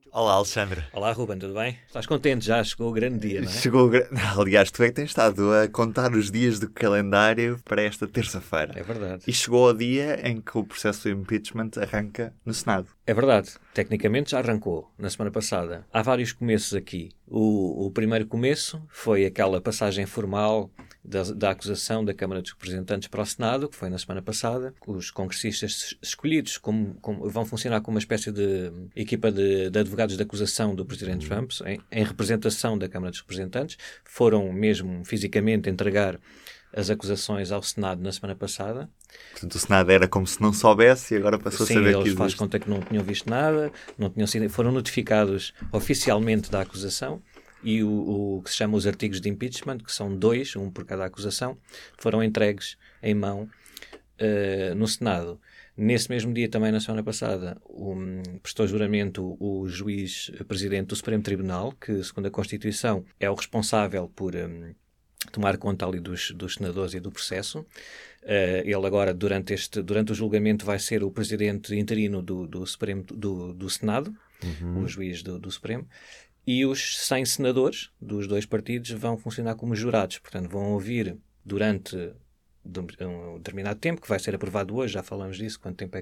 Olá, Alexandre. Olá, Ruben, tudo bem? Estás contente? Já chegou o grande dia, não é? Aliás, tu é que tens estado a contar os dias do calendário para esta terça-feira. É verdade. E chegou ao dia em que o processo de impeachment arranca no Senado. É verdade. Tecnicamente já arrancou na semana passada. Há vários começos aqui. O primeiro começo foi aquela passagem formal da acusação da Câmara dos Representantes para o Senado, que foi na semana passada. Os congressistas escolhidos vão funcionar como uma espécie de equipa de advogados de acusação do Presidente Trump, em representação da Câmara dos Representantes. Foram mesmo fisicamente entregar as acusações ao Senado na semana passada. Portanto, o Senado era como se não soubesse e agora passou a saber que existe. Sim, eles fazem conta que não tinham visto nada, foram notificados oficialmente da acusação e o que se chama os artigos de impeachment, que são 2, um por cada acusação, foram entregues em mão no Senado. Nesse mesmo dia, também na semana passada, prestou juramento o juiz-presidente do Supremo Tribunal, que, segundo a Constituição, é o responsável por tomar conta ali dos senadores e do processo. Ele agora, durante o julgamento, vai ser o presidente interino do Senado, o juiz do Supremo, e os 100 senadores dos dois partidos vão funcionar como jurados. Portanto, vão ouvir durante um determinado tempo, que vai ser aprovado hoje, já falamos disso, quanto tempo é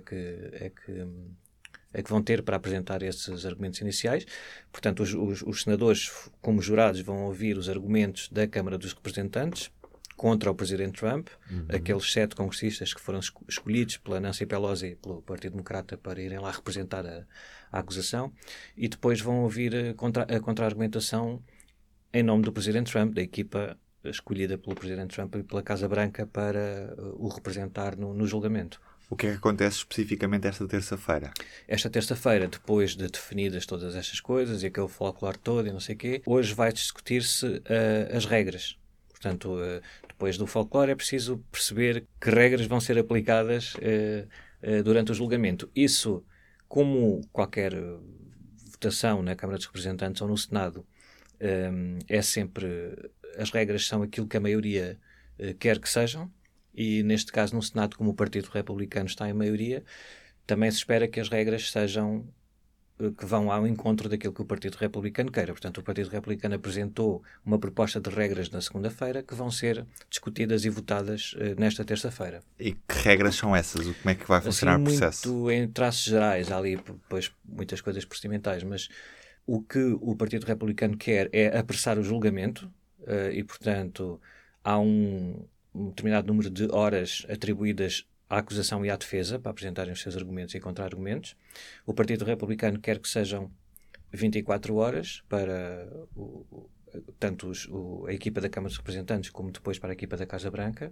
que vão ter para apresentar esses argumentos iniciais. Portanto, os senadores, como jurados, vão ouvir os argumentos da Câmara dos Representantes contra o Presidente Trump, aqueles 7 congressistas que foram escolhidos pela Nancy Pelosi e pelo Partido Democrata para irem lá representar a acusação, e depois vão ouvir a contra-argumentação em nome do Presidente Trump, da equipa escolhida pelo Presidente Trump e pela Casa Branca para o representar no julgamento. O que é que acontece especificamente esta terça-feira? Esta terça-feira, depois de definidas todas estas coisas e aquele folclore todo e não sei o quê, hoje vai discutir-se as regras. Portanto, depois do folclore é preciso perceber que regras vão ser aplicadas durante o julgamento. Isso, como qualquer votação na Câmara dos Representantes ou no Senado, é sempre... As regras são aquilo que a maioria quer que sejam. E, neste caso, no Senado, como o Partido Republicano está em maioria, também se espera que as regras sejam que vão ao encontro daquilo que o Partido Republicano queira. Portanto, o Partido Republicano apresentou uma proposta de regras na segunda-feira que vão ser discutidas e votadas nesta terça-feira. E que regras são essas? Como é que vai funcionar o processo? Muito em traços gerais, há ali depois muitas coisas procedimentais, mas o que o Partido Republicano quer é apressar o julgamento e, portanto, há um determinado número de horas atribuídas à acusação e à defesa para apresentarem os seus argumentos e contra-argumentos. O Partido Republicano quer que sejam 24 horas para tanto a equipa da Câmara dos Representantes como depois para a equipa da Casa Branca.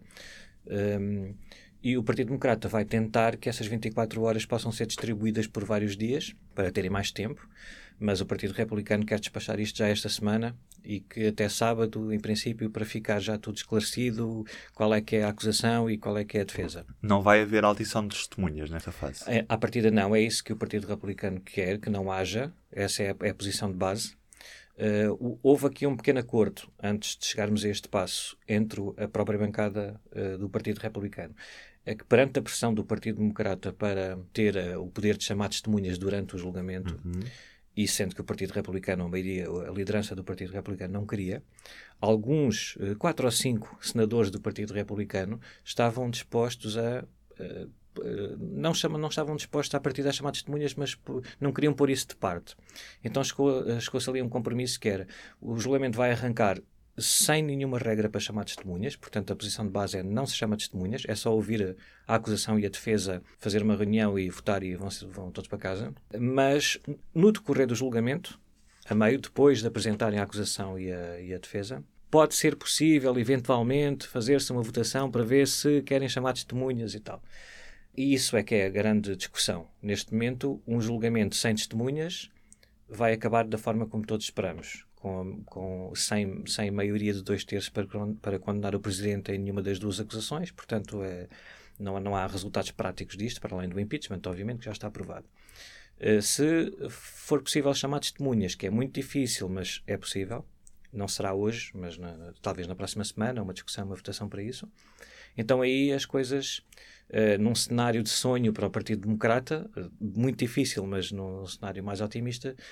E o Partido Democrata vai tentar que essas 24 horas possam ser distribuídas por vários dias para terem mais tempo, mas o Partido Republicano quer despachar isto já esta semana e que até sábado, em princípio, para ficar já tudo esclarecido, qual é que é a acusação e qual é que é a defesa. Não vai haver audição de testemunhas nesta fase? À partida não, é isso que o Partido Republicano quer, que não haja, essa é a posição de base. Houve aqui um pequeno acordo, antes de chegarmos a este passo, entre a própria bancada do Partido Republicano. É que perante a pressão do Partido Democrata para ter o poder de chamar testemunhas durante o julgamento, e sendo que o Partido Republicano, a liderança do Partido Republicano não queria, alguns, 4 ou 5 senadores do Partido Republicano estavam dispostos a... não estavam dispostos a partir das chamadas testemunhas, mas não queriam pôr isso de parte. Então chegou-se ali a um compromisso que era: o julgamento vai arrancar sem nenhuma regra para chamar testemunhas, portanto a posição de base é não se chama testemunhas, é só ouvir a acusação e a defesa, fazer uma reunião e votar e vão todos para casa. Mas no decorrer do julgamento, a meio, depois de apresentarem a acusação e a defesa, pode ser possível eventualmente fazer-se uma votação para ver se querem chamar testemunhas e tal. E isso é que é a grande discussão. Neste momento, um julgamento sem testemunhas vai acabar da forma como todos esperamos, sem maioria de 2/3 para condenar o Presidente em nenhuma das duas acusações. Portanto, não há resultados práticos disto, para além do impeachment, obviamente, que já está aprovado. Se for possível chamar testemunhas, que é muito difícil, mas é possível, não será hoje, mas talvez na próxima semana, uma discussão, uma votação para isso. Então aí as coisas, num cenário de sonho para o Partido Democrata, muito difícil, mas num cenário mais otimista,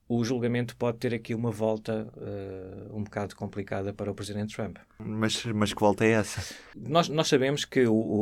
o julgamento pode ter aqui uma volta um bocado complicada para o Presidente Trump. Mas que volta é essa? Nós sabemos que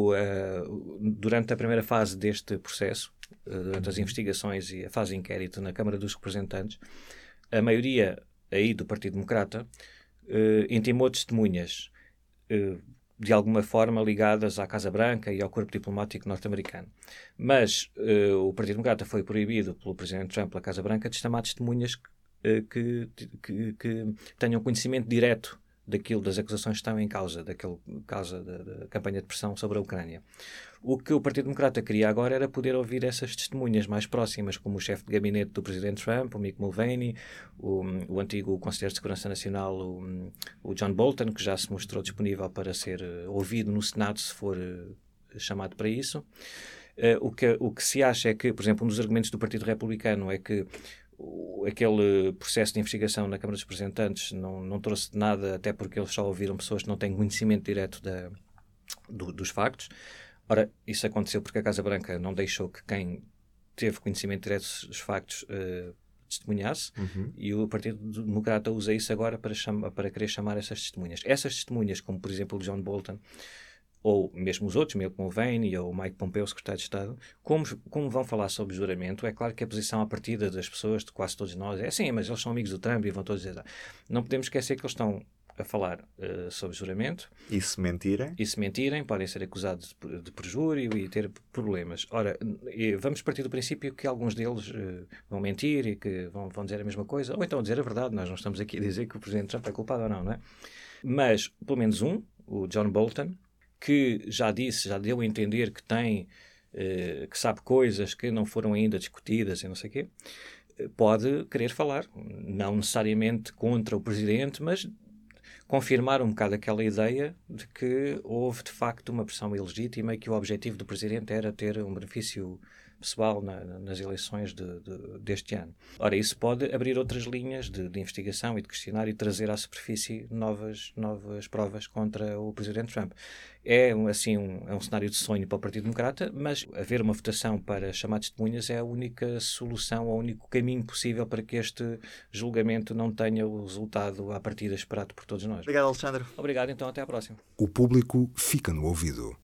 durante a primeira fase deste processo, durante as investigações e a fase de inquérito na Câmara dos Representantes, a maioria aí do Partido Democrata intimou testemunhas de alguma forma ligadas à Casa Branca e ao corpo diplomático norte-americano. Mas o Partido Democrata foi proibido pelo Presidente Trump, pela Casa Branca, de chamar testemunhas que tenham conhecimento direto daquilo, das acusações que estão em causa, da campanha de pressão sobre a Ucrânia. O que o Partido Democrata queria agora era poder ouvir essas testemunhas mais próximas, como o chefe de gabinete do Presidente Trump, o Mick Mulvaney, o antigo Conselheiro de Segurança Nacional, o John Bolton, que já se mostrou disponível para ser ouvido no Senado se for chamado para isso. O que se acha é que, por exemplo, um dos argumentos do Partido Republicano é que aquele processo de investigação na Câmara dos Representantes não trouxe nada, até porque eles só ouviram pessoas que não têm conhecimento direto dos factos. Ora, isso aconteceu porque a Casa Branca não deixou que quem teve conhecimento direto dos factos testemunhasse, e o Partido Democrata usa isso agora para querer chamar essas testemunhas. Essas testemunhas, como por exemplo o John Bolton, ou mesmo os outros, Mick Mulvaney ou Mike Pompeo, secretário de Estado, como vão falar sobre juramento, é claro que a posição à partida das pessoas, de quase todos nós, é assim, mas eles são amigos do Trump e vão todos dizer... Não podemos esquecer que eles estão a falar sobre juramento. E se mentirem? E se mentirem, podem ser acusados de perjúrio e ter problemas. Ora, vamos partir do princípio que alguns deles vão mentir e que vão dizer a mesma coisa, ou então dizer a verdade. Nós não estamos aqui a dizer que o Presidente Trump é culpado ou não é? Mas, pelo menos o John Bolton, que já deu a entender que que sabe coisas que não foram ainda discutidas e não sei o quê, pode querer falar, não necessariamente contra o Presidente, mas confirmar um bocado aquela ideia de que houve de facto uma pressão ilegítima e que o objetivo do Presidente era ter um benefício pessoal nas eleições deste ano. Ora, isso pode abrir outras linhas de investigação e de questionário e trazer à superfície novas provas contra o Presidente Trump. É um cenário de sonho para o Partido Democrata, mas haver uma votação para chamar testemunhas é a única solução, o único caminho possível para que este julgamento não tenha o resultado à partida esperado por todos nós. Obrigado, Alexandre. Obrigado, então até à próxima. O público fica no ouvido.